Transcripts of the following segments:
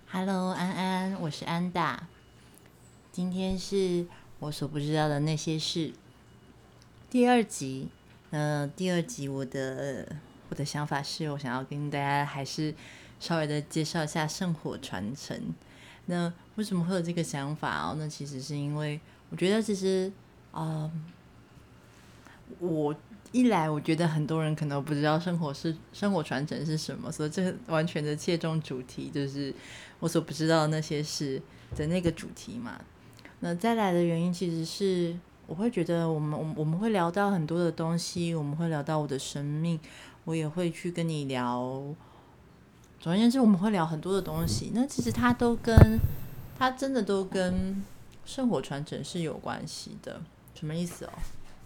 Hello，安安，我是安达。今天是我所不知道的那些事第二集。第二集我的想法是我想要跟大家还是稍微的介绍一下圣火传承。那为什么会有这个想法哦？那其实是因为我觉得其实我一来我觉得很多人可能不知道生活传承是什么，所以这完全的切中主题，就是我所不知道的那些事的那个主题嘛。那再来的原因其实是我会觉得我们会聊到很多的东西，我们会聊到我的生命，我也会去跟你聊，总而言之我们会聊很多的东西。那其实它真的都跟生活传承是有关系的。什么意思哦？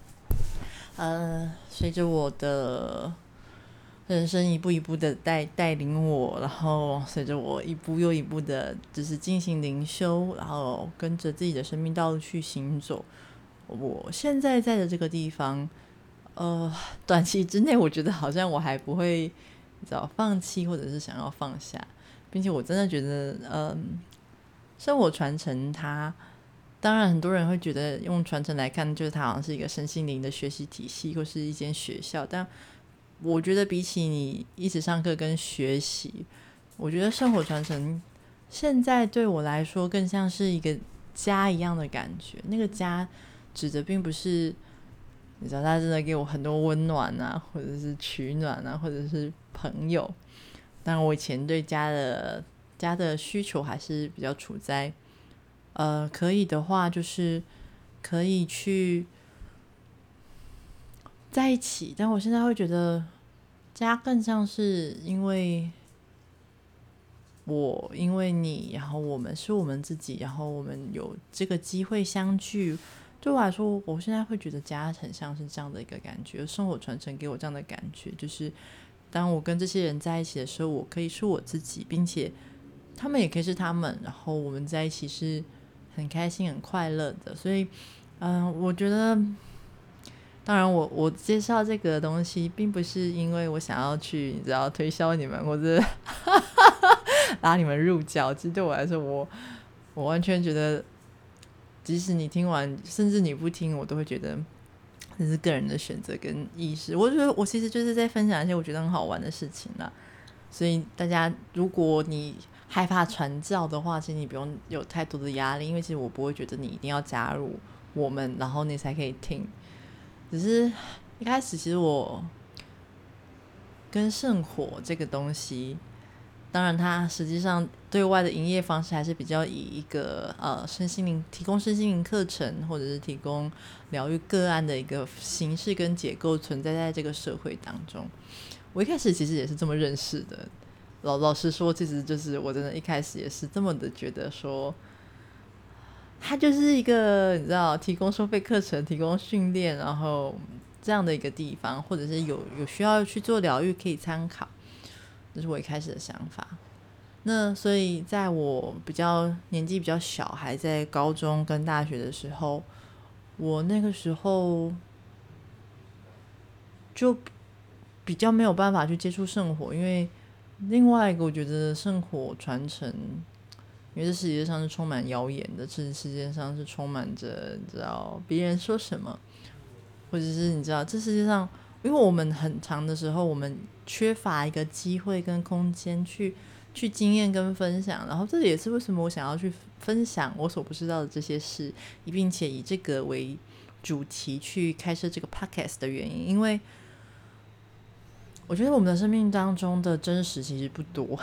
随着我的人生一步一步的带领我，然后随着我一步又一步的，就是进行灵修，然后跟着自己的生命道路去行走。我现在在的这个地方，短期之内，我觉得好像我还不会放弃，或者是想要放下，并且我真的觉得，生活传承它。当然很多人会觉得用传承来看，就是它好像是一个身心灵的学习体系或是一间学校，但我觉得比起你一直上课跟学习，我觉得生活传承现在对我来说更像是一个家一样的感觉。那个家指的并不是你知道他真的给我很多温暖啊，或者是取暖啊，或者是朋友。当然我以前对家的需求还是比较处在可以的话就是可以去在一起，但我现在会觉得家更像是因为你，然后我们是我们自己，然后我们有这个机会相聚。对我来说，我现在会觉得家很像是这样的一个感觉，生活传承给我这样的感觉，就是当我跟这些人在一起的时候，我可以是我自己，并且他们也可以是他们，然后我们在一起是很开心很快乐的。所以我觉得当然我介绍这个东西并不是因为我想要去你知道推销你们或者拉你们入教。其实对我来说，我完全觉得即使你听完甚至你不听，我都会觉得这是个人的选择跟意识。我觉得我其实就是在分享一些我觉得很好玩的事情啦。所以大家如果你害怕传教的话，其实你不用有太多的压力，因为其实我不会觉得你一定要加入我们然后你才可以听。只是一开始其实我跟圣火这个东西，当然它实际上对外的营业方式还是比较以一个提供身心灵课程或者是提供疗愈个案的一个形式跟结构存在在这个社会当中。我一开始其实也是这么认识的。老实说，其实就是我真的一开始也是这么的觉得说，它就是一个你知道提供收费课程、提供训练，然后这样的一个地方，或者是有需要去做疗愈可以参考，这是我一开始的想法。那所以在我年纪比较小，还在高中跟大学的时候，我那个时候就比较没有办法去接触圣火，因为另外一个我觉得圣火传承，因为这世界上是充满谣言的，这世界上是充满着你知道别人说什么，或者是你知道这世界上，因为我们很长的时候我们缺乏一个机会跟空间去经验跟分享，然后这也是为什么我想要去分享我所不知道的这些事，并且以这个为主题去开设这个 podcast 的原因。因为我觉得我们的生命当中的真实其实不多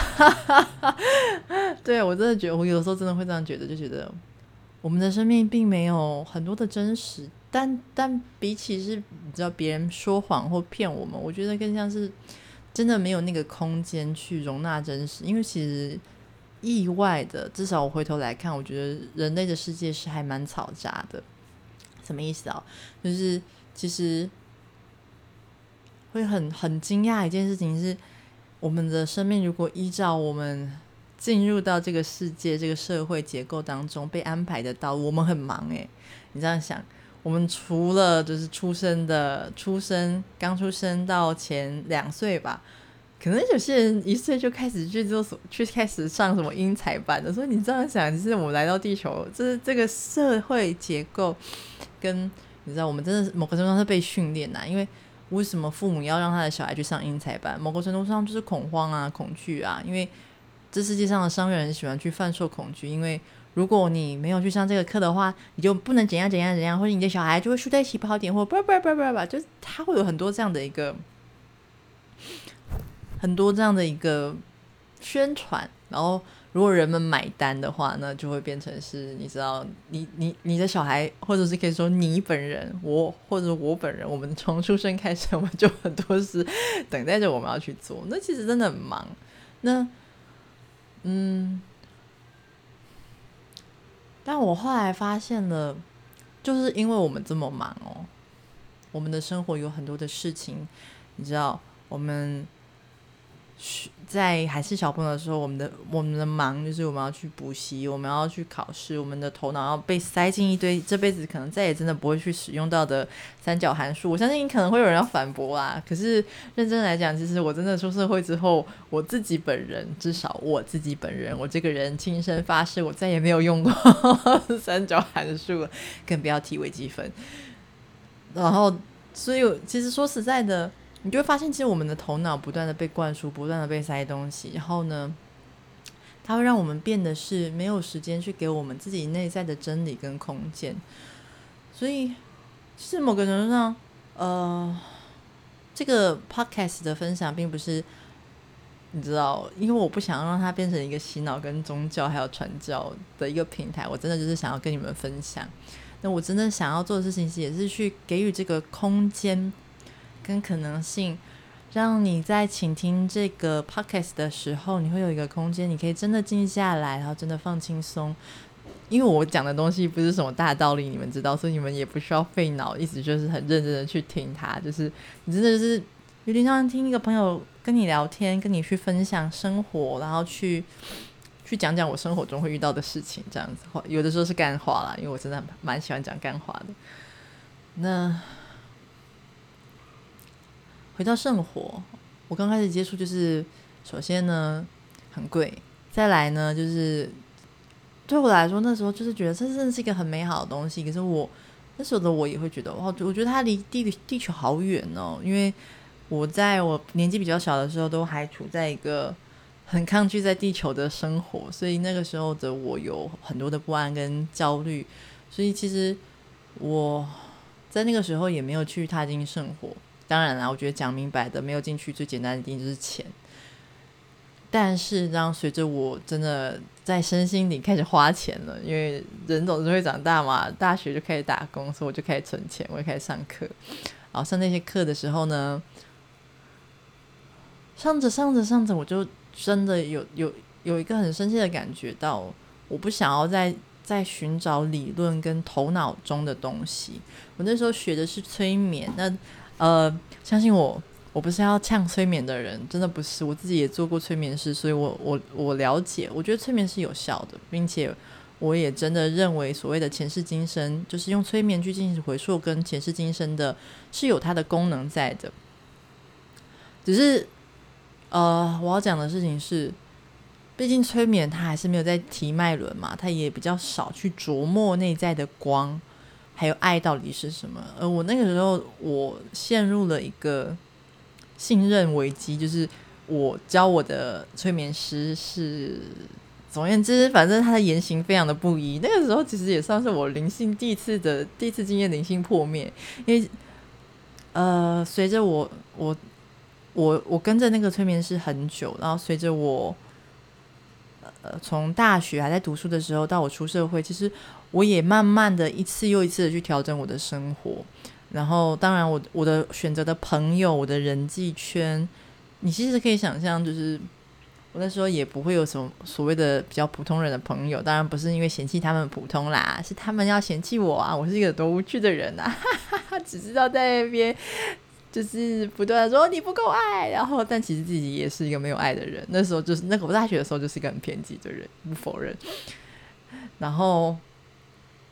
对，我真的觉得我有时候真的会这样觉得，就觉得我们的生命并没有很多的真实，但比起是你知道别人说谎或骗我们，我觉得更像是真的没有那个空间去容纳真实。因为其实意外的，至少我回头来看，我觉得人类的世界是还蛮嘈杂的。什么意思啊？就是其实会很惊讶一件事情是，我们的生命如果依照我们进入到这个世界这个社会结构当中被安排的道路，我们很忙耶。你这样想，我们除了就是刚出生到前2岁吧， 可能有些人1岁就开始去开始上什么英才班的，所以你这样想，就是我们来到地球，就是这个社会结构跟你知道，我们真的某个程度上是被训练啊。因为为什么父母要让他的小孩去上英才班？某个程度上就是恐慌啊、恐惧啊，因为这世界上的商人喜欢去贩售恐惧，因为如果你没有去上这个课的话，你就不能怎样怎样怎样，或者你的小孩就会输在起跑点，或不，就是他会有很多这样的一个宣传，然后如果人们买单的话，那就会变成是你知道，你的小孩，或者是可以说你本人，或者我本人，我们从出生开始，我们就很多事等待着我们要去做，那其实真的很忙。那但我后来发现了，就是因为我们这么忙哦，我们的生活有很多的事情，你知道，我们在还是小朋友的时候，我们的忙就是我们要去补习，我们要去考试，我们的头脑要被塞进一堆这辈子可能再也真的不会去使用到的三角函数。我相信可能会有人要反驳啦，可是认真来讲，其实我真的出社会之后，我自己本人，至少我自己本人，我这个人亲身发誓，我再也没有用过三角函数了，更不要提微积分。然后所以其实说实在的，你就会发现其实我们的头脑不断的被灌输，不断的被塞东西，然后呢它会让我们变得是没有时间去给我们自己内在的真理跟空间。所以其实某个程度上这个 podcast 的分享并不是你知道，因为我不想让它变成一个洗脑跟宗教还有传教的一个平台，我真的就是想要跟你们分享。那我真的想要做的事情也是去给予这个空间跟可能性，让你在倾听这个 podcast 的时候，你会有一个空间，你可以真的静下来，然后真的放轻松。因为我讲的东西不是什么大道理，你们知道，所以你们也不需要费脑，一直就是很认真的去听它，就是你真的就是有点像听一个朋友跟你聊天，跟你去分享生活，然后去讲讲我生活中会遇到的事情，这样子。有的时候是干话啦，因为我真的蛮喜欢讲干话的。那回到生活，我刚开始接触就是首先呢很贵，再来呢就是对我来说那时候就是觉得这真的是一个很美好的东西，可是我那时候的我也会觉得哇，我觉得它离地球好远哦，因为我在我年纪比较小的时候都还处在一个很抗拒在地球的生活，所以那个时候的我有很多的不安跟焦虑，所以其实我在那个时候也没有去踏进圣火。当然啦，我觉得讲明白的没有进去，最简单的一定就是钱。但是当随着我真的在身心里开始花钱了，因为人总是会长大嘛，大学就开始打工，所以我就开始存钱，我就开始上课。然后上那些课的时候呢，上着我就真的有一个很深切的感觉到，我不想要在寻找理论跟头脑中的东西。我那时候学的是催眠，那相信我不是要呛催眠的人，真的不是，我自己也做过催眠师，所以我了解，我觉得催眠是有效的，并且我也真的认为所谓的前世今生，就是用催眠去进行回溯跟前世今生的，是有它的功能在的。只是我要讲的事情是，毕竟催眠它还是没有在提脉轮嘛，它也比较少去琢磨内在的光还有爱到底是什么。而我那个时候我陷入了一个信任危机，就是我教我的催眠师是，总而言之反正他的言行非常的不一。那个时候其实也算是我灵性第一次经验灵性破灭，因为随着我跟着那个催眠师很久，然后随着我从大学还在读书的时候到我出社会，其实我也慢慢的一次又一次的去调整我的生活。然后当然我的选择的朋友，我的人际圈，你其实可以想象，就是我那时候也不会有什么所谓的比较普通人的朋友，当然不是因为嫌弃他们普通啦，是他们要嫌弃我啊，我是一个多无趣的人啊，只知道在那边就是不断的说你不够爱，然后但其实自己也是一个没有爱的人。那时候就是那个我大学的时候就是一个很偏激的人，不否认。然后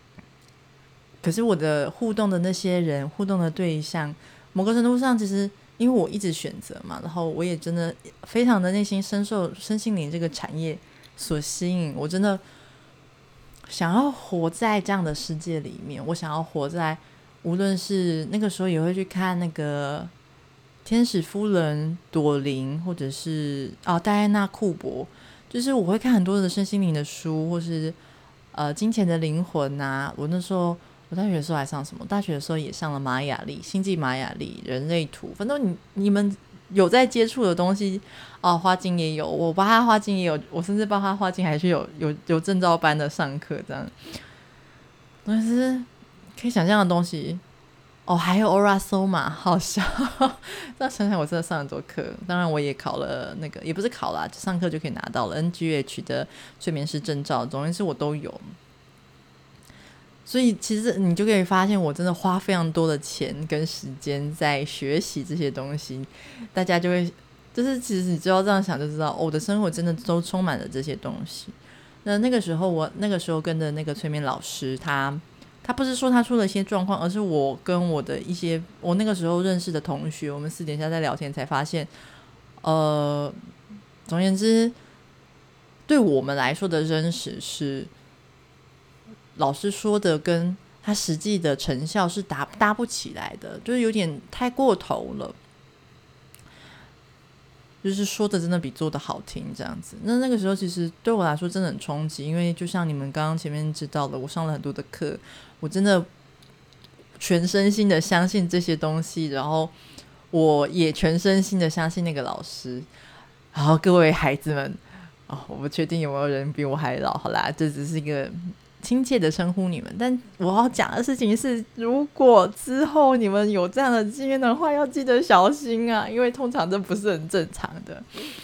可是我的互动的那些人，互动的对象，某个程度上其实因为我一直选择嘛，然后我也真的非常的内心深受身心灵这个产业所吸引，我真的想要活在这样的世界里面，我想要活在无论是那个时候也会去看那个天使夫人朵琳，或者是戴安娜库珀，就是我会看很多的身心灵的书，或是金钱的灵魂啊。我那时候我大学的时候还上什么？大学的时候也上了玛雅历、星际玛雅历、人类图，反正你们有在接触的东西花精也有，我巴哈花精也有，我甚至巴哈花精还是有证照班的上课这样。但是可以想象的东西还有 Aura Soma， 好笑这样想想我真的上了很多课，当然我也考了那个，也不是考啦，就上课就可以拿到了 NGH 的催眠师证照，总之是我都有。所以其实你就可以发现我真的花非常多的钱跟时间在学习这些东西，大家就会就是其实你只要这样想就知道我的生活真的都充满了这些东西。那个时候我那个时候跟着那个催眠老师，他不是说他出了一些状况，而是我跟我的一些我那个时候认识的同学，我们私底下在聊天才发现，总而言之，对我们来说的真实是老师说的跟他实际的成效是搭不起来的，就是有点太过头了。就是说的真的比做的好听这样子。那个时候其实对我来说真的很冲击，因为就像你们刚刚前面知道的，我上了很多的课，我真的全身心的相信这些东西，然后我也全身心的相信那个老师。然后各位孩子们我不确定有没有人比我还老，好啦，这只是一个亲切的称呼你们，但我要讲的事情是，如果之后你们有这样的经验的话，要记得小心啊，因为通常这不是很正常的。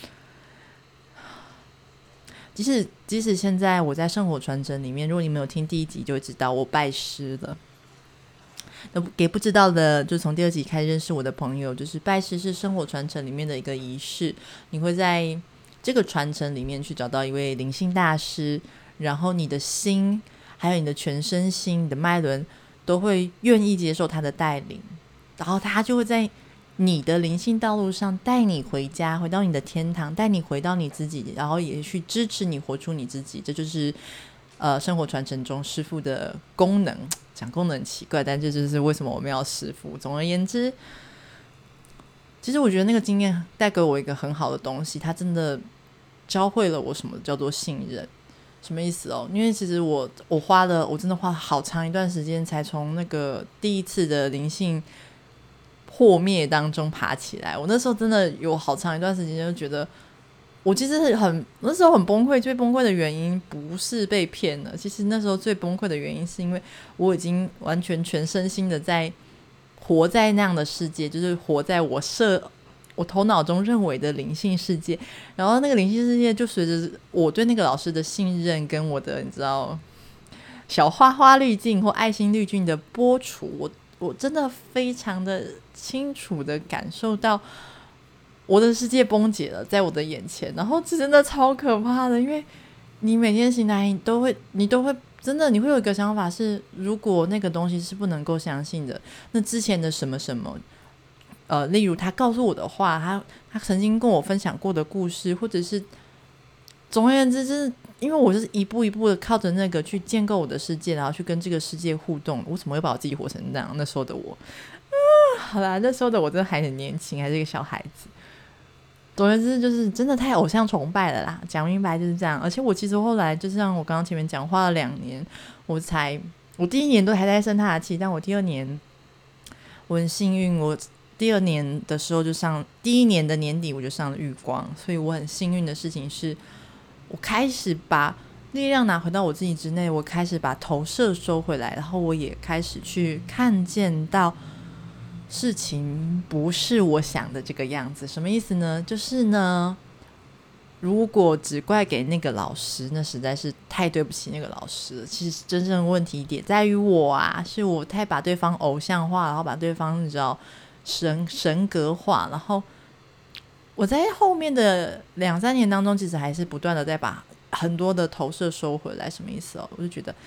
即使现在我在生活传承里面，如果你们有听第1集就会知道我拜师了。那给不知道的，就从第2集开始认识我的朋友，就是拜师是生活传承里面的一个仪式，你会在这个传承里面去找到一位灵性大师，然后你的心还有你的全身心，你的脉轮都会愿意接受他的带领，然后他就会在你的灵性道路上带你回家，回到你的天堂，带你回到你自己，然后也去支持你活出你自己。这就是生活传承中师父的功能。讲功能很奇怪，但这就是为什么我们要师父。总而言之，其实我觉得那个经验带给我一个很好的东西，它真的教会了我什么叫做信任。什么意思因为其实我真的花了好长一段时间才从那个第一次的灵性破灭当中爬起来。我那时候真的有好长一段时间就觉得我其实那时候很崩溃，最崩溃的原因不是被骗了，其实那时候最崩溃的原因是因为我已经完全全身心的在活在那样的世界，就是活在我头脑中认为的灵性世界，然后那个灵性世界就随着我对那个老师的信任跟我的你知道小花花滤镜或爱心滤镜的剥除，我真的非常的清楚的感受到我的世界崩解了在我的眼前，然后真的超可怕的，因为你每天醒来你都会真的你会有一个想法是，如果那个东西是不能够相信的，那之前的什么什么例如他告诉我的话，他曾经跟我分享过的故事，或者是总而言之就是因为我就是一步一步的靠着那个去建构我的世界，然后去跟这个世界互动，我怎么会把我自己活成那样？那时候的我好啦，那时候的我真的还很年轻，还是一个小孩子。总而言之就是真的太偶像崇拜了啦，讲明白就是这样。而且我其实后来就像我刚刚前面讲，花了2年我第1年都还在生他的气，但我第2年我很幸运，我第2年的时候就上，第1年的年底我就上了玉光，所以我很幸运的事情是我开始把力量拿回到我自己之内，我开始把投射收回来，然后我也开始去看见到事情不是我想的这个样子。什么意思呢？就是呢，如果只怪给那个老师，那实在是太对不起那个老师了。其实真正问题点在于我啊，是我太把对方偶像化，然后把对方你知道神格化，然后我在后面的2-3年当中，其实还是不断的在把很多的投射收回来。什么意思我就觉得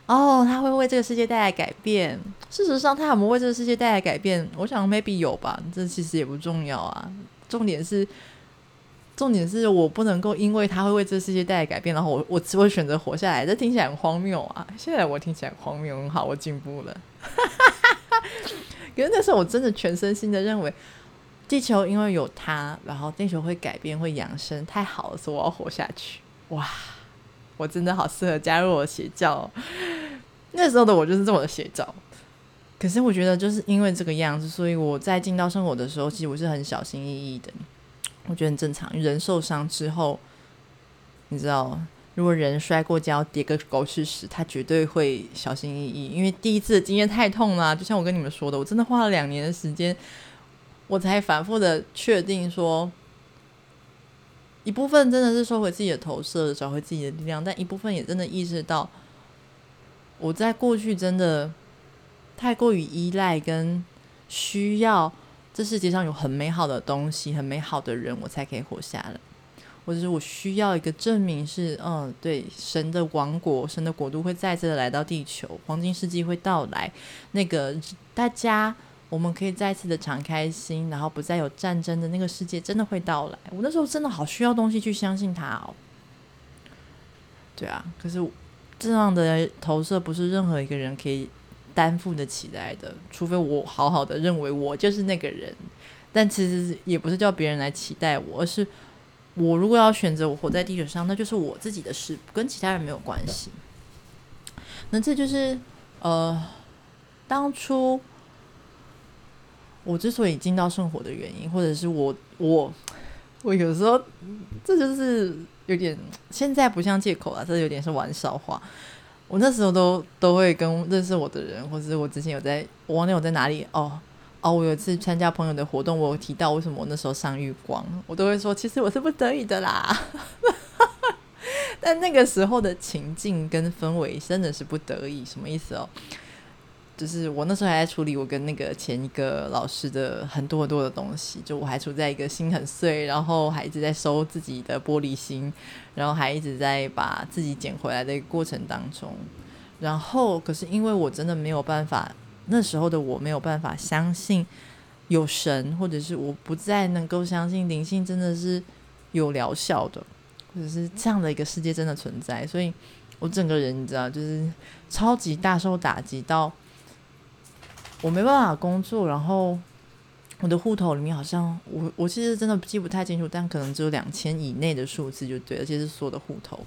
他会为这个世界带来改变。事实上他有没有为这个世界带来改变，我想 maybe 有吧，这其实也不重要啊。重点是我不能够因为他会为这个世界带来改变，然后我只会选择活下来，这听起来很荒谬啊。现在我听起来很荒谬，很好，我进步了。可是那时候我真的全身心的认为地球因为有他，然后地球会改变会养生，太好了，所以我要活下去。哇，我真的好适合加入我的邪教哦。那时候的我就是这么的邪教。可是我觉得就是因为这个样子，所以我在进到生活的时候，其实我是很小心翼翼的。我觉得很正常，人受伤之后，你知道，如果人摔过跤跌个狗吃屎，他绝对会小心翼翼，因为第一次的经验太痛了就像我跟你们说的，我真的花了2年的时间，我才反复的确定说，一部分真的是收回自己的投射，找回自己的力量，但一部分也真的意识到，我在过去真的太过于依赖跟需要这世界上有很美好的东西很美好的人我才可以活下来，或者是我需要一个证明是对，神的王国神的国度会再次的来到地球，黄金世纪会到来，那个大家我们可以再次的敞开心，然后不再有战争的那个世界真的会到来。我那时候真的好需要东西去相信它哦。对啊，可是这样的投射不是任何一个人可以担负得起来的，除非我好好的认为我就是那个人。但其实也不是叫别人来期待我，而是我如果要选择我活在地球上，那就是我自己的事，跟其他人没有关系。那这就是当初我之所以进到圣火的原因，或者是我有时候这就是有点，现在不像借口啦，这有点是玩笑话。我那时候都会跟认识我的人，或者是我之前我忘记我在哪里我有一次参加朋友的活动，我有提到为什么我那时候上月光，我都会说其实我是不得已的啦。但那个时候的情境跟氛围真的是不得已，什么意思哦？就是我那时候还在处理我跟那个前一个老师的很多的东西，就我还处在一个心很碎，然后还一直在收自己的玻璃心，然后还一直在把自己捡回来的一个过程当中。然后可是因为我真的没有办法，那时候的我没有办法相信有神，或者是我不再能够相信灵性真的是有疗效的，或者是这样的一个世界真的存在，所以我整个人你知道就是超级大受打击，到我没办法工作，然后我的户头里面好像我其实真的记不太清楚，但可能只有2000以内的数字就对了，而且是所有的户头。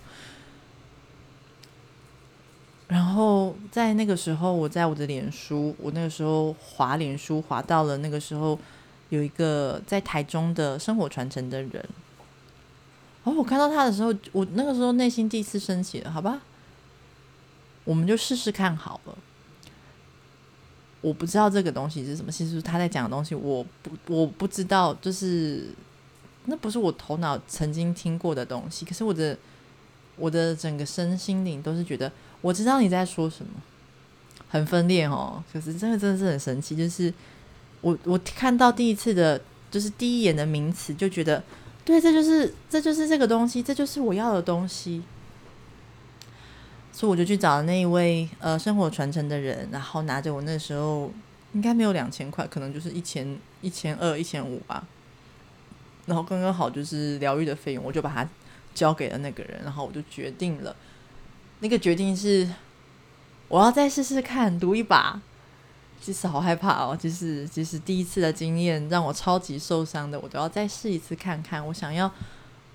然后在那个时候我在我的脸书，我那个时候滑脸书滑到了那个时候有一个在台中的生活传承的人，然后我看到他的时候，我那个时候内心第一次升起了，好吧，我们就试试看好了。我不知道这个东西是什么，其实他在讲的东西我不知道，就是那不是我头脑曾经听过的东西，可是我的整个身心灵都是觉得我知道你在说什么，很分裂哦。可是这个真的是很神奇，就是我看到第一次的就是第一眼的名词就觉得对，这就是这个东西，这就是我要的东西。所以我就去找那一位生活传承的人，然后拿着我那时候应该没有2000块，可能就是1200、1500吧，然后刚刚好就是疗愈的费用，我就把它交给了那个人，然后我就决定了，那个决定是我要再试试看，赌一把。其实好害怕哦，其实第一次的经验让我超级受伤的，我都要再试一次看看。我想要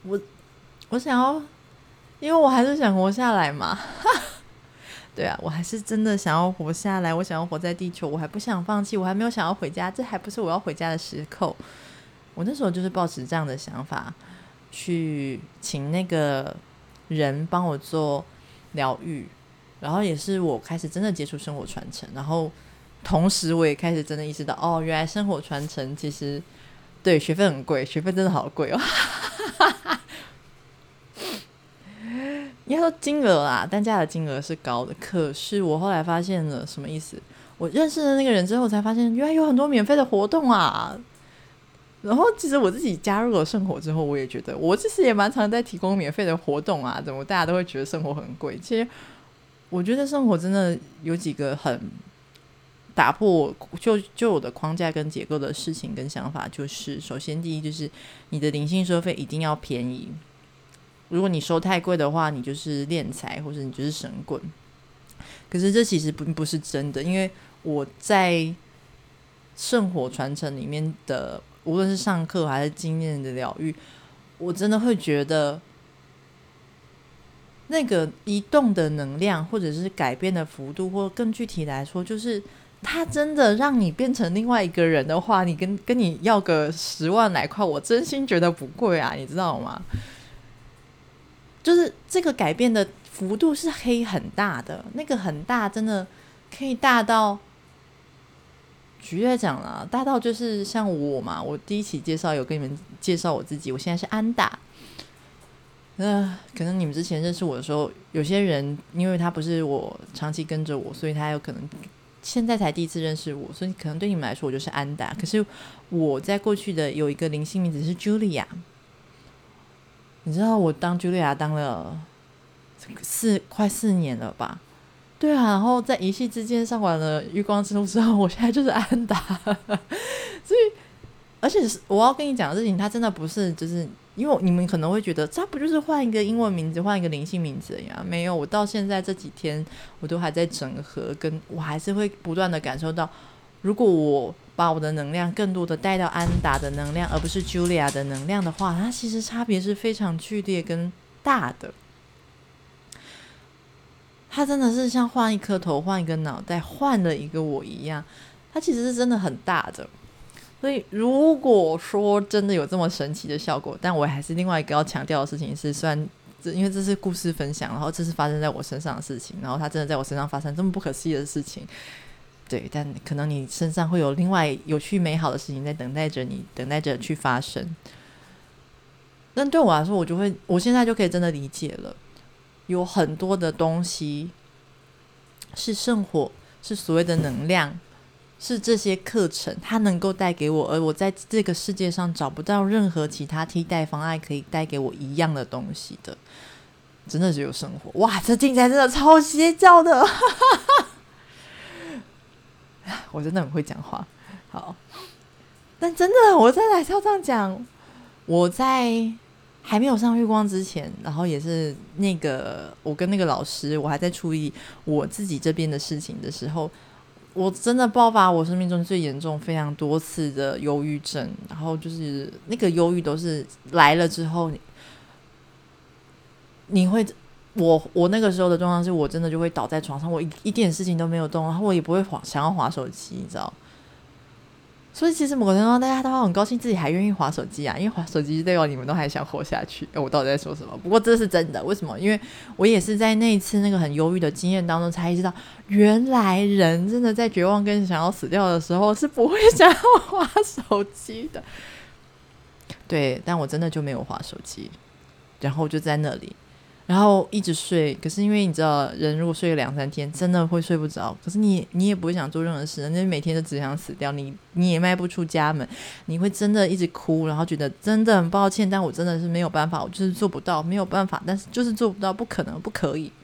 因为我还是想活下来嘛。对啊，我还是真的想要活下来，我想要活在地球，我还不想放弃，我还没有想要回家，这还不是我要回家的时刻。我那时候就是抱持这样的想法去请那个人帮我做疗愈，然后也是我开始真的接触生活传承，然后同时我也开始真的意识到原来生活传承其实对学费很贵，学费真的好贵哦。应该说金额啦，单价的金额是高的，可是我后来发现了什么意思，我认识了那个人之后才发现原来有很多免费的活动啊。然后其实我自己加入了生活之后，我也觉得我其实也蛮常在提供免费的活动啊，怎么大家都会觉得生活很贵，其实我觉得生活真的有几个很打破我就我的框架跟结构的事情跟想法，就是首先第一就是你的灵性收费一定要便宜，如果你收太贵的话，你就是敛财或者你就是神棍。可是这其实不是真的，因为我在圣火传承里面的，无论是上课还是经验的疗愈，我真的会觉得那个移动的能量或者是改变的幅度，或更具体来说就是它真的让你变成另外一个人的话，你跟你要个10万来块，我真心觉得不贵啊，你知道吗？就是这个改变的幅度是可以很大的，那个很大真的可以大到，举例来讲啦，大到就是像我嘛，我第一期介绍有跟你们介绍我自己，我现在是安达。可能你们之前认识我的时候，有些人因为他不是我长期跟着我，所以他有可能现在才第一次认识我，所以可能对你们来说我就是安达。可是我在过去的有一个灵性名字是 Julia， 你知道我当 Julia 当了快4年了吧？对啊，然后在一夕之间上完了月光之路之后，我现在就是安达。所以而且我要跟你讲的事情，它真的不是就是因为你们可能会觉得它不就是换一个英文名字换一个灵性名字呀？没有，我到现在这几天我都还在整合，跟我还是会不断的感受到，如果我把我的能量更多的带到安达的能量而不是 Julia 的能量的话，它其实差别是非常剧烈跟大的。它真的是像换一颗头换一个脑袋换了一个我一样，它其实是真的很大的。所以如果说真的有这么神奇的效果，但我还是另外一个要强调的事情是，虽然因为这是故事分享，然后这是发生在我身上的事情，然后它真的在我身上发生这么不可思议的事情，对，但可能你身上会有另外有趣美好的事情在等待着你，等待着去发生。但对我来说，我现在就可以真的理解了，有很多的东西是圣火，是所谓的能量，是这些课程它能够带给我，而我在这个世界上找不到任何其他替代方案可以带给我一样的东西的，真的只有生活。哇，这听起来真的超邪教的。我真的很会讲话。好，但真的我再来要这样讲，我在还没有上月光之前，然后也是那个我跟那个老师，我还在处理我自己这边的事情的时候，我真的爆发我生命中最严重非常多次的忧郁症，然后就是那个忧郁都是来了之后，你会我那个时候的状况是我真的就会倒在床上，我一点事情都没有动，然后我也不会想要滑手机，你知道。所以其实某个程度上大家都很高兴自己还愿意滑手机啊，因为滑手机代表你们都还想活下去。我到底在说什么？不过这是真的，为什么？因为我也是在那一次那个很忧郁的经验当中才意识到，原来人真的在绝望跟想要死掉的时候是不会想要滑手机的。对，但我真的就没有滑手机，然后就在那里，然后一直睡。可是因为你知道人如果睡了2-3天真的会睡不着，可是你也不会想做任何事，你每天都只想死掉，你也迈不出家门，你会真的一直哭，然后觉得真的很抱歉，但我真的是没有办法，我就是做不到，没有办法，但是就是做不到，不可能，不可以。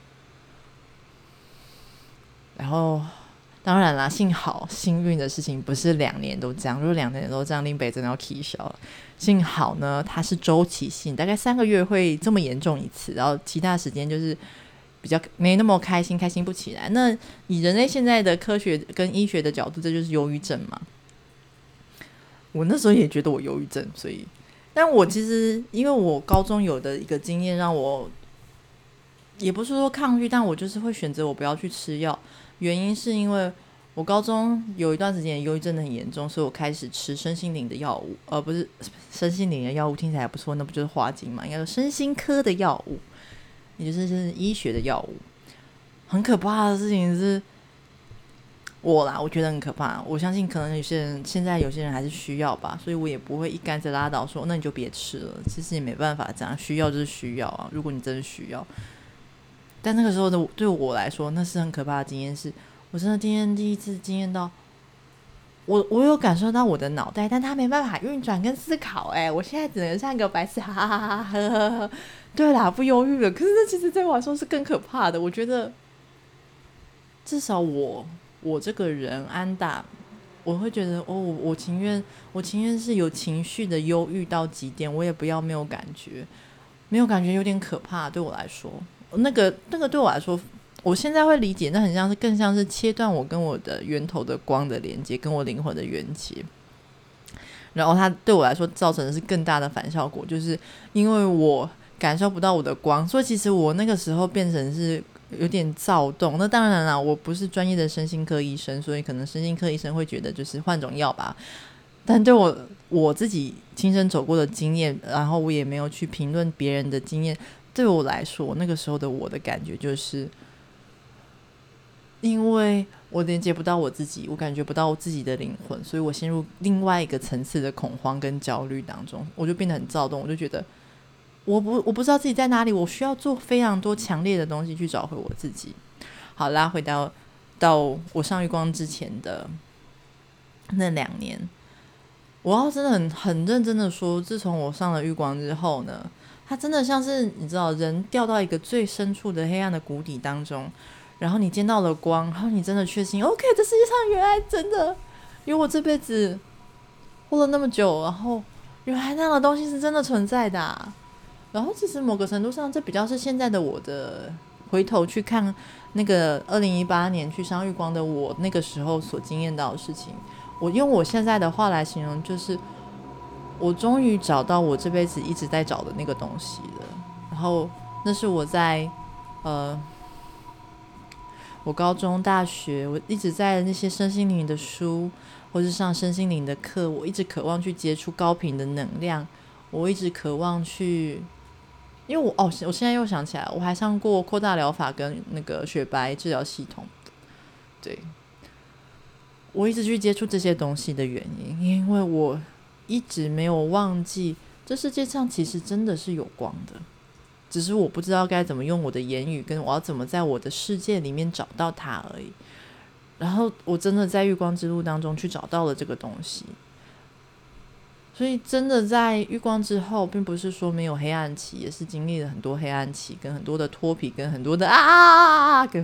然后当然啦，幸好幸运的事情不是2年都这样，如果2年都这样林北真的要起笑了。幸好呢它是周期性，大概3个月会这么严重一次，然后其他时间就是比较没那么开心不起来。那以人类现在的科学跟医学的角度，这就是忧郁症嘛。我那时候也觉得我忧郁症，所以但我其实因为我高中有的一个经验让我也不是说抗拒，但我就是会选择我不要去吃药。原因是因为我高中有一段时间忧郁症很严重，所以我开始吃身心灵的药物，不是身心灵的药物听起来不错，那不就是花精嘛？应该说身心科的药物，也就是医学的药物。很可怕的事情是我觉得很可怕。我相信可能现在有些人还是需要吧，所以我也不会一竿子拉倒说那你就别吃了。其实也没办法这样，需要就是需要啊，如果你真的需要。但那个时候的对我来说那是很可怕的经验，是我真的第一次经验到我有感受到我的脑袋，但它没办法运转跟思考。我现在只能像个白痴，哈哈哈哈呵呵呵。对啦，不忧郁了。可是这其实对我来说是更可怕的。我觉得至少我这个人安达，我会觉得我情愿是有情绪的忧郁到极点，我也不要没有感觉，没有感觉有点可怕，对我来说，那个对我来说，我现在会理解，那很像是更像是切断我跟我的源头的光的连接，跟我灵魂的连接。然后它对我来说造成的是更大的反效果，就是因为我感受不到我的光，所以其实我那个时候变成是有点躁动。那当然啦，我不是专业的身心科医生，所以可能身心科医生会觉得就是换种药吧。但对我自己亲身走过的经验，然后我也没有去评论别人的经验，对我来说那个时候的我的感觉就是因为我连接不到我自己，我感觉不到我自己的灵魂，所以我陷入另外一个层次的恐慌跟焦虑当中，我就变得很躁动，我就觉得我不知道自己在哪里，我需要做非常多强烈的东西去找回我自己。好，拉回到我上月光之前的那2年，我要真的很认真的说，自从我上了月光之后呢，它真的像是你知道人掉到一个最深处的黑暗的谷底当中，然后你见到了光，然后你真的确信 OK 这世界上原来真的有我这辈子活了那么久，然后原来那样的东西是真的存在的然后其实某个程度上这比较是现在的我的回头去看那个2018年去上月光的我那个时候所经验到的事情，我用我现在的话来形容，就是我终于找到我这辈子一直在找的那个东西了。然后那是我在我高中大学我一直在那些身心灵的书或是上身心灵的课，我一直渴望去接触高频的能量，我一直渴望去，因为我现在又想起来，我还上过扩大疗法跟那个雪白治疗系统。对，我一直去接触这些东西的原因，因为我一直没有忘记这世界上其实真的是有光的，只是我不知道该怎么用我的言语跟我要怎么在我的世界里面找到它而已。然后我真的在月光之路当中去找到了这个东西，所以真的在月光之后并不是说没有黑暗期，也是经历了很多黑暗期跟很多的脱皮跟很多的跟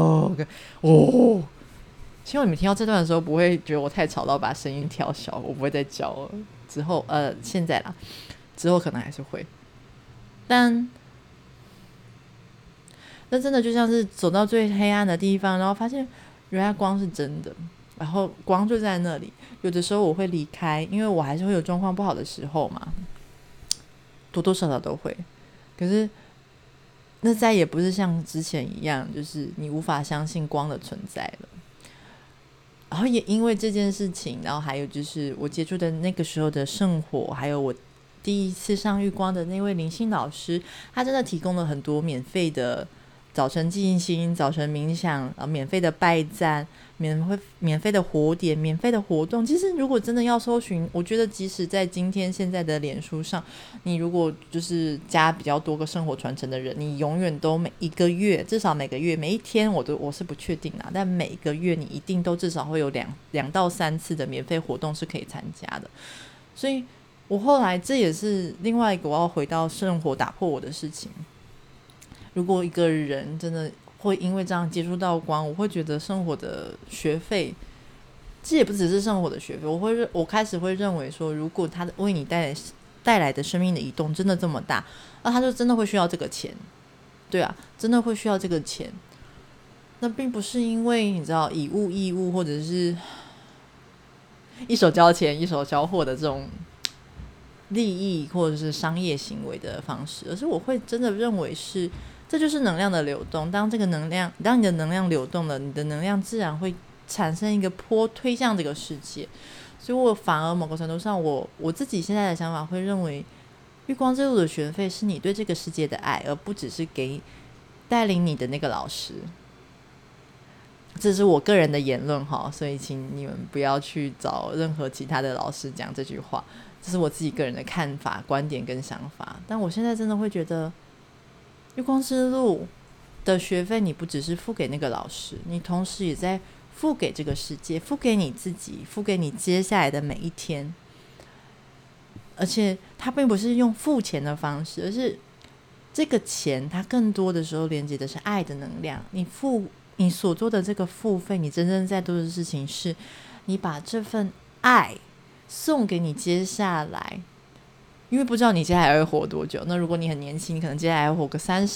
希望你们听到这段的时候不会觉得我太吵到把声音调小，我不会再叫了。之后现在啦，之后可能还是会，但真的就像是走到最黑暗的地方，然后发现原来光是真的，然后光就在那里。有的时候我会离开，因为我还是会有状况不好的时候嘛，多多少少都会。可是那再也不是像之前一样，就是你无法相信光的存在了。然后也因为这件事情，然后还有就是我接触的那个时候的圣火，还有我第一次上月光的那位灵性老师，他真的提供了很多免费的早晨静心、早晨冥想，免费的拜赞，免费的活点，免费的活动。其实如果真的要搜寻，我觉得即使在今天现在的脸书上，你如果就是加比较多个生活传承的人，你永远都每一个月，至少每个月每一天我是不确定啦，但每个月你一定都至少会有两到3次的免费活动是可以参加的。所以我后来这也是另外一个我要回到生活打破我的事情。如果一个人真的会因为这样接触到光，我会觉得生活的学费，这也不只是生活的学费，我开始会认为说，如果他为你带来的生命的移动真的这么大，那他就真的会需要这个钱。对啊，真的会需要这个钱。那并不是因为你知道以物易物，或者是一手交钱一手交货的这种利益或者是商业行为的方式，而是我会真的认为是这就是能量的流动。当你的能量流动了，你的能量自然会产生一个波推向这个世界。所以我反而某个程度上，我自己现在的想法会认为，月光之路的学费是你对这个世界的爱，而不只是给带领你的那个老师。这是我个人的言论哈，所以请你们不要去找任何其他的老师讲这句话，这是我自己个人的看法、观点跟想法。但我现在真的会觉得，月光之路的学费你不只是付给那个老师，你同时也在付给这个世界，付给你自己，付给你接下来的每一天。而且它并不是用付钱的方式，而是这个钱它更多的时候连接的是爱的能量。你付你所做的这个付费，你真正在做的事情是你把这份爱送给你接下来，因为不知道你接下来会活多久，那如果你很年轻，你可能接下来会活个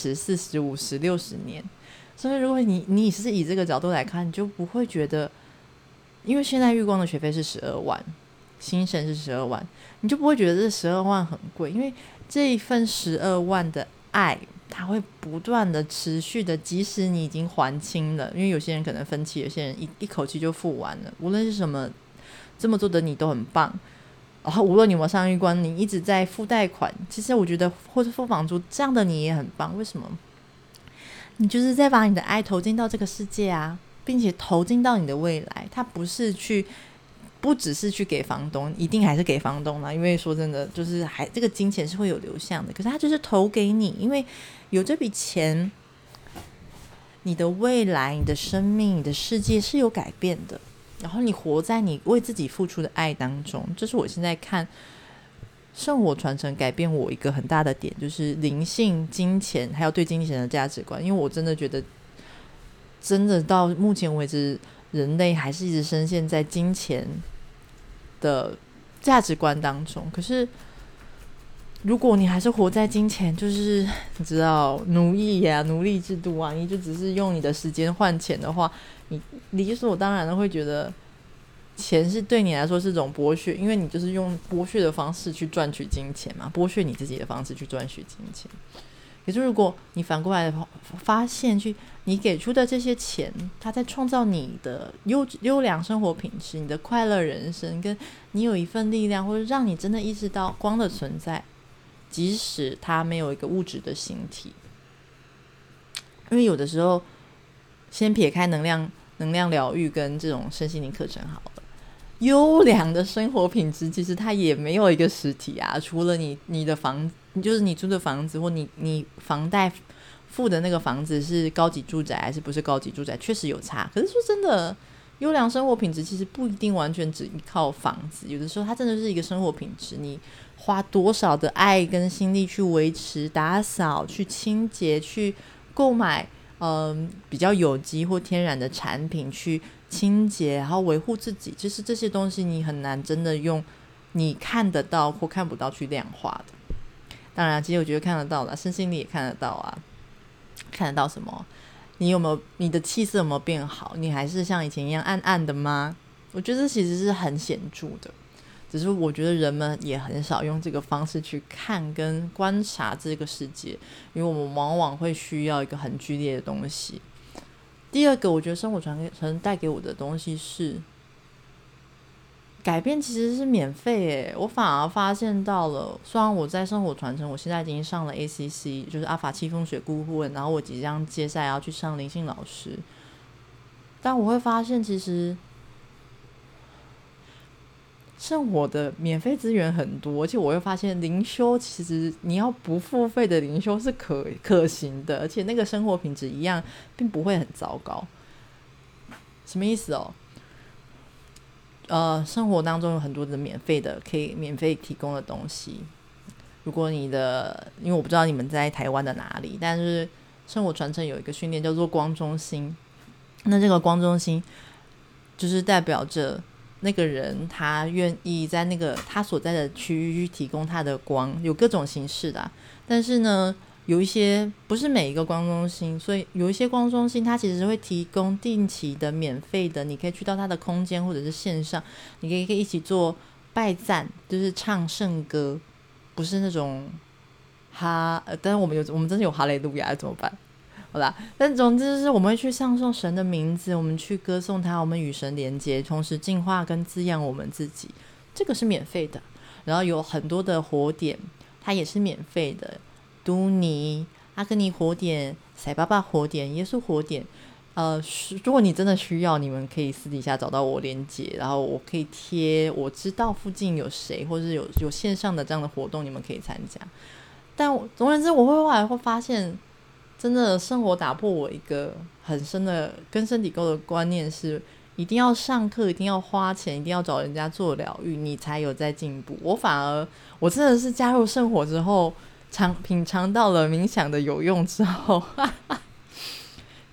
30、40、50、60年，所以如果你是以这个角度来看，你就不会觉得，因为现在月光的学费是12万，新生是12万，你就不会觉得这12万很贵，因为这一份12万的爱它会不断的持续的，即使你已经还清了，因为有些人可能分期，有些人一口气就付完了，无论是什么，这么做的你都很棒。然后无论你有没有上月光，你一直在付贷款，其实我觉得或是付房租，这样的你也很棒。为什么？你就是在把你的爱投进到这个世界啊，并且投进到你的未来。它不只是去给房东，一定还是给房东啦，因为说真的，就是这个金钱是会有流向的，可是它就是投给你，因为有这笔钱，你的未来、你的生命、你的世界是有改变的。然后你活在你为自己付出的爱当中，这是我现在看圣火传承改变我一个很大的点，就是灵性、金钱还有对金钱的价值观。因为我真的觉得，真的到目前为止，人类还是一直深陷在金钱的价值观当中。可是如果你还是活在金钱，就是你知道奴役啊、奴隶制度啊，你就只是用你的时间换钱的话，你理所当然的会觉得钱是对你来说是种剥削，因为你就是用剥削的方式去赚取金钱嘛，剥削你自己的方式去赚取金钱。可是如果你反过来发现，你给出的这些钱，它在创造你的优良生活品质、你的快乐人生，跟你有一份力量，或者让你真的意识到光的存在，即使它没有一个物质的形体。因为有的时候先撇开能量疗愈跟这种身心灵课程好了，优良的生活品质其实它也没有一个实体啊，除了你的房，就是你租的房子，或你房贷付的那个房子是高级住宅还是不是高级住宅，确实有差。可是说真的，优良生活品质其实不一定完全只依靠房子，有的时候它真的是一个生活品质，你花多少的爱跟心力去维持、打扫、去清洁、去购买比较有机或天然的产品去清洁，然后维护自己，就是这些东西你很难真的用你看得到或看不到去量化的。当然其实我觉得看得到啦，身心里也看得到啊。看得到什么？你的气色有没有变好？你还是像以前一样暗暗的吗？我觉得这其实是很显著的，只是我觉得人们也很少用这个方式去看跟观察这个世界，因为我们往往会需要一个很剧烈的东西。第二个，我觉得生活传承带给我的东西是改变其实是免费耶。我反而发现到了，虽然我在生活传承，我现在已经上了 ACC， 就是阿法七风水顾问，然后我即将接下来要去上灵性老师，但我会发现其实生活的免费资源很多，而且我会发现灵修其实你要不付费的灵修是可行的，而且那个生活品质一样并不会很糟糕。什么意思哦？生活当中有很多的免费的可以免费提供的东西。如果因为我不知道你们在台湾的哪里，但是生活传承有一个训练叫做光中心，那这个光中心就是代表着那个人他愿意在那个他所在的区域去提供他的光，有各种形式的但是呢有一些不是每一个光中心，所以有一些光中心它其实会提供定期的免费的，你可以去到它的空间或者是线上，你可以一起做拜赞，就是唱圣歌，不是那种但是我们真的有哈雷路亚怎么办？好啦，但总之就是我们会去唱诵神的名字，我们去歌颂他，我们与神连接，同时净化跟滋养我们自己，这个是免费的。然后有很多的火点它也是免费的，都尼、阿格尼火点、塞巴巴火点、耶稣火点。如果你真的需要，你们可以私底下找到我连结，然后我可以贴我知道附近有谁，或是有线上的这样的活动，你们可以参加。但总而言之，我后来会发现，真的生活打破我一个很深的根深蒂固的观念是，一定要上课，一定要花钱，一定要找人家做疗愈，你才有在进步。我真的是加入生活之后，品尝到了冥想的有用之后，其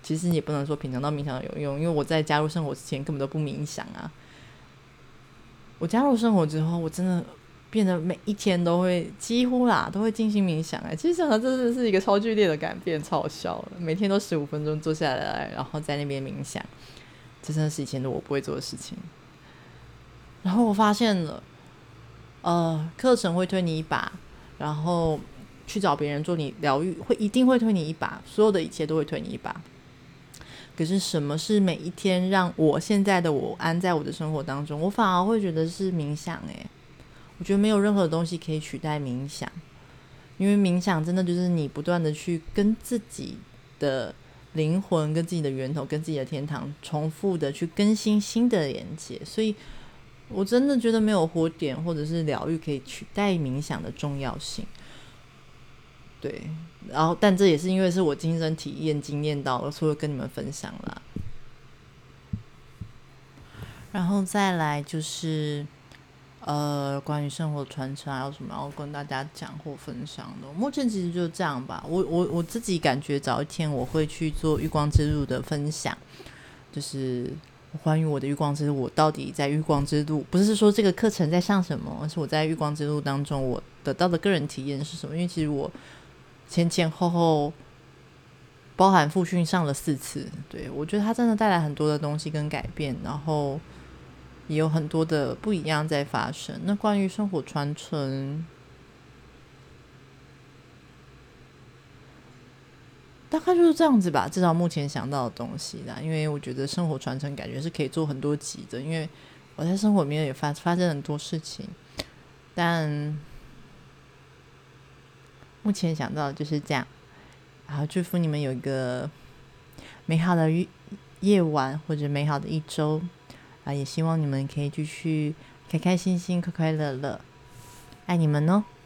其实也不能说品尝到冥想有用，因为我在加入生活之前根本都不冥想啊。我加入生活之后，我真的变得每一天都会几乎都会进行冥想。其实想到真的是一个超剧烈的改变，超好笑的。每天都15分钟坐下来，然后在那边冥想，这真的是以前的我不会做的事情。然后我发现了，课程会推你一把，然后去找别人做你疗愈，一定会推你一把，所有的一切都会推你一把。可是什么是每一天让我现在的我安在我的生活当中，我反而会觉得是冥想。我觉得没有任何东西可以取代冥想，因为冥想真的就是你不断的去跟自己的灵魂、跟自己的源头、跟自己的天堂重复的去更新新的连接，所以我真的觉得没有火点或者是疗愈可以取代冥想的重要性。对，然后但这也是因为是我亲身体验经验到了，所以跟你们分享啦。然后再来就是关于生活传承还有什么要跟大家讲或分享的，目前其实就这样吧。我自己感觉早一天我会去做月光之路的分享，就是关于我的月光之路，我到底在月光之路，不是说这个课程在上什么，而是我在月光之路当中我得到的个人体验是什么。因为其实我前后包含复训上了4次，对，我觉得它真的带来很多的东西跟改变，然后也有很多的不一样在发生。那关于生活传承，大概就是这样子吧，至少目前想到的东西啦。因为我觉得生活传承感觉是可以做很多集的，因为我在生活里面也发生很多事情，但目前想到的就是这样。然后祝福你们有一个美好的夜晚或者美好的一周也希望你们可以继续开开心心快快乐乐，爱你们哦。